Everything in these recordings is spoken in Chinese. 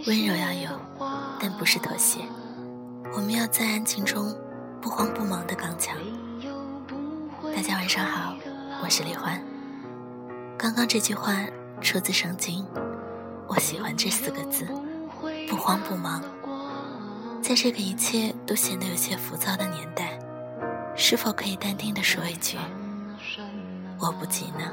温柔要有，但不是妥协。我们要在安静中不慌不忙地刚强。大家晚上好，我是李欢。刚刚这句话出自圣经，我喜欢这4个字，不慌不忙。在这个一切都显得有些浮躁的年代，是否可以淡定地说一句，我不急呢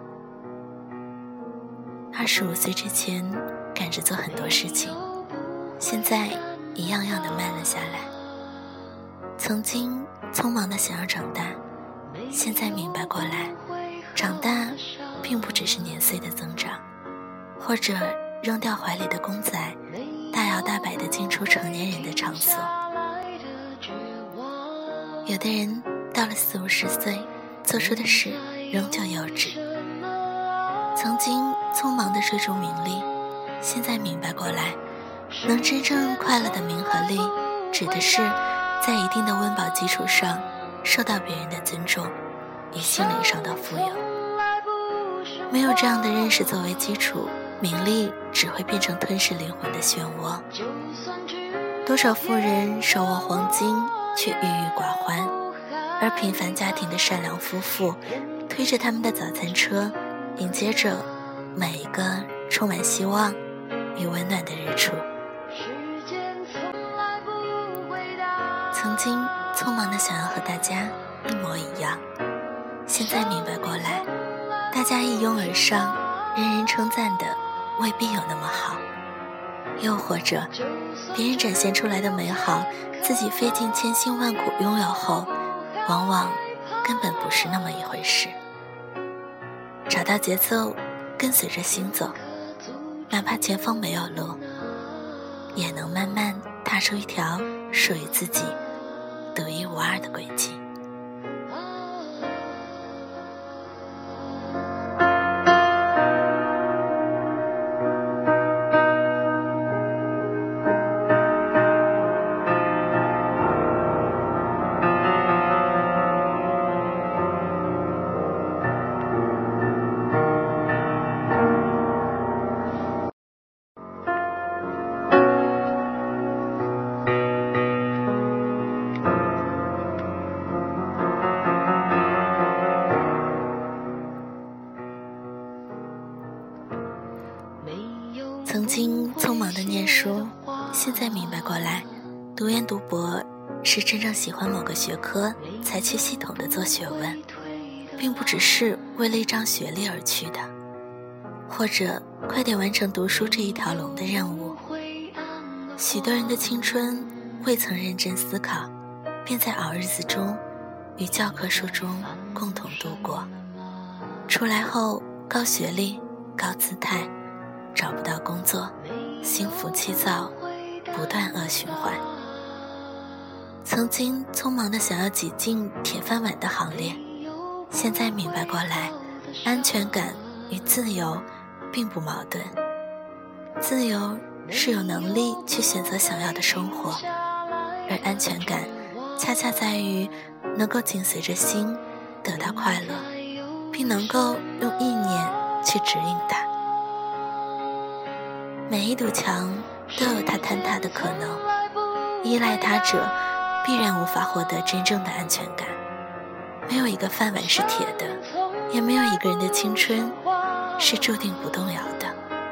？25岁之前赶着做很多事情，现在一样样的慢了下来。曾经匆忙的想要长大，现在明白过来，长大并不只是年岁的增长，或者扔掉怀里的公仔，大摇大摆地进出成年人的场所。有的人到了40、50岁，做出的事仍旧幼稚。曾经匆忙地追逐名利，现在明白过来，能真正快乐的名和利，指的是在一定的温饱基础上受到别人的尊重，与心灵上的富有。没有这样的认识作为基础，名利只会变成吞噬灵魂的漩涡。多少富人手握黄金却郁郁寡欢，而平凡家庭的善良夫妇推着他们的早餐车，迎接着每一个充满希望与温暖的日出。曾经匆忙地想要和大家一模一样，现在明白过来，大家一拥而上，人人称赞的未必有那么好。又或者别人展现出来的美好，自己费尽千辛万苦拥有后，往往根本不是那么一回事。找到节奏，跟随着心走，哪怕前方没有路，也能慢慢踏出一条属于自己独一无二的轨迹。曾经匆忙的念书，现在明白过来，读研读博是真正喜欢某个学科才去系统的做学问，并不只是为了一张学历而去的，或者快点完成读书这一条龙的任务。许多人的青春未曾认真思考，便在熬日子中与教科书中共同度过。出来后高学历高姿态，找不到工作，心浮气躁，不断恶循环。曾经匆忙地想要挤进铁饭碗的行列，现在明白过来，安全感与自由并不矛盾。自由是有能力去选择想要的生活，而安全感恰恰在于能够紧随着心得到快乐，并能够用意念去指引它。每一堵墙都有它坍塌的可能，依赖它者必然无法获得真正的安全感。没有一个饭碗是铁的，也没有一个人的青春是注定不动摇的。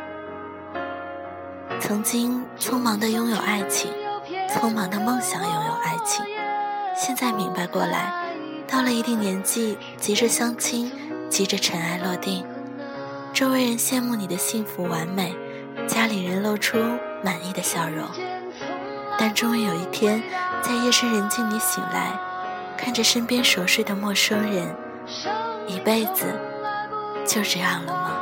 曾经匆忙地拥有爱情，匆忙地梦想拥有爱情，现在明白过来，到了一定年纪，急着相亲，急着尘埃落定，周围人羡慕你的幸福完美，家里人露出满意的笑容，但终于有一天，在夜深人静里醒来，看着身边熟睡的陌生人，一辈子就这样了吗？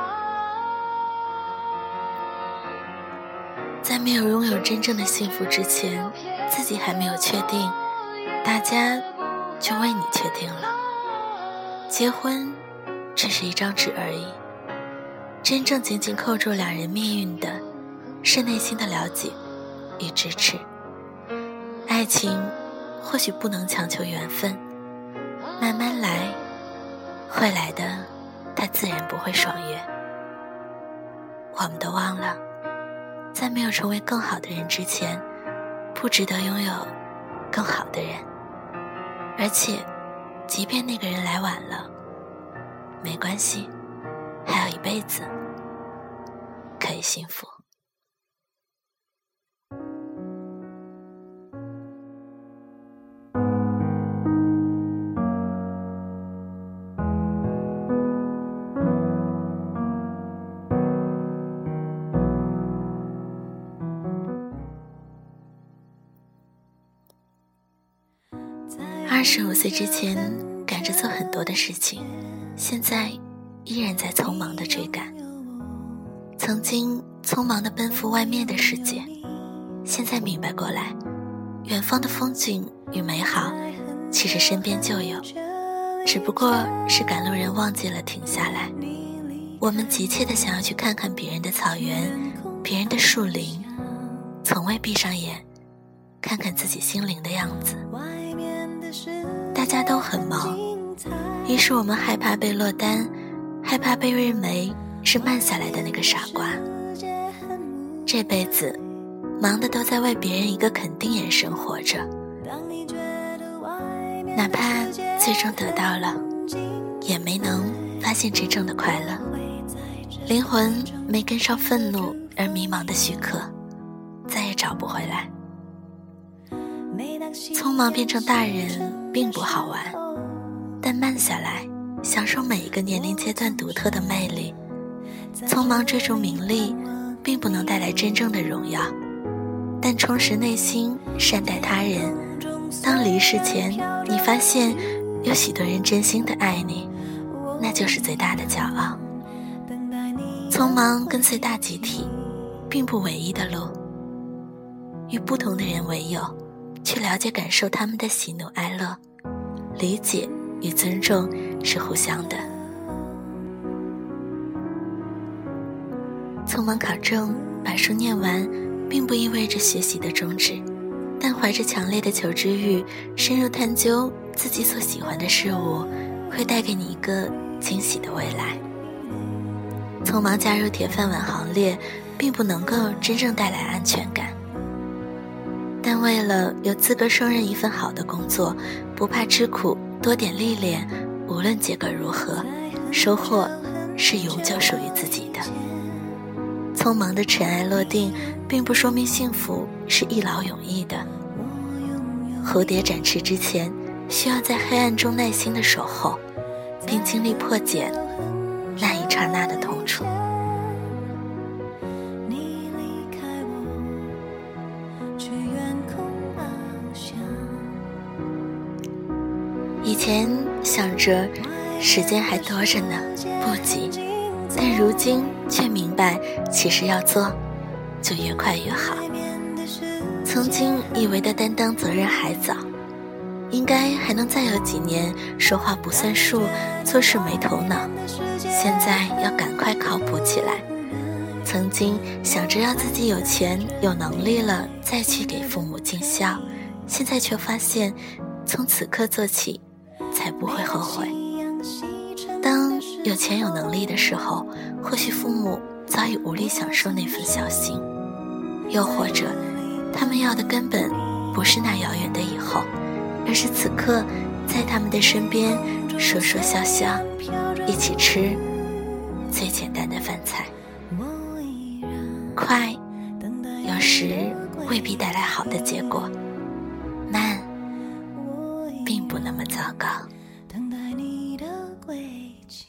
在没有拥有真正的幸福之前，自己还没有确定，大家就为你确定了。结婚只是一张纸而已，真正紧紧扣住两人命运的是内心的了解与支持。爱情或许不能强求缘分，慢慢来，会来的，它自然不会爽约。我们都忘了， 在没有成为更好的人之前，不值得拥有更好的人。而且即便那个人来晚了，没关系，还有一辈子可以幸福。25岁之前赶着做很多的事情，现在依然在匆忙的追赶。曾经匆忙地奔赴外面的世界，现在明白过来，远方的风景与美好其实身边就有，只不过是赶路人忘记了停下来。我们急切地想要去看看别人的草原，别人的树林，从未闭上眼看看自己心灵的样子。大家都很忙，于是我们害怕被落单，害怕被认为是慢下来的那个傻瓜。这辈子忙的都在为别人一个肯定眼神活着，哪怕最终得到了，也没能发现真正的快乐。灵魂没跟上愤怒而迷茫的许可，再也找不回来。匆忙变成大人并不好玩，但慢下来享受每一个年龄阶段独特的魅力。匆忙追逐名利并不能带来真正的荣耀，但充实内心，善待他人，当离世前你发现有许多人真心的爱你，那就是最大的骄傲。匆忙跟随大集体并不唯一的路，与不同的人为友，去了解感受他们的喜怒哀乐，理解与尊重是互相的。匆忙考证，把书念完，并不意味着学习的终止，但怀着强烈的求知欲，深入探究自己所喜欢的事物，会带给你一个惊喜的未来。匆忙加入铁饭碗行列，并不能够真正带来安全感，但为了有资格胜任一份好的工作，不怕吃苦，多点历练，无论结果如何，收获是永久属于自己的。匆忙的尘埃落定，并不说明幸福是一劳永逸的。蝴蝶展翅之前，需要在黑暗中耐心的守候，并经历破茧那一刹那的痛楚。以前想着时间还多着呢，不急，但如今却明白，其实要做就越快越好。曾经以为的担当责任还早，应该还能再有几年说话不算数，做事没头脑，现在要赶快靠谱起来。曾经想着要自己有钱有能力了再去给父母尽孝，现在却发现从此刻做起才不会后悔。当有钱有能力的时候，或许父母早已无力享受那份孝心，又或者他们要的根本不是那遥远的以后，而是此刻在他们的身边说说笑笑，一起吃最简单的饭菜。快有时未必带来好的结果，慢并不那么糟糕。等待你的归期。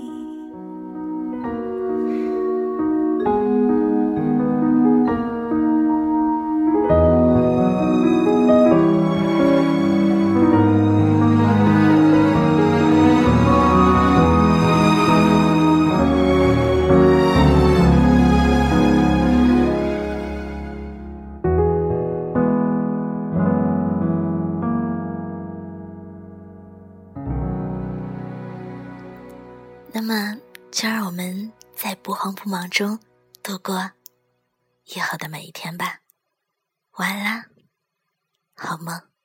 那么就让我们在不慌不忙中度过以后的每一天吧。晚安啦，好梦。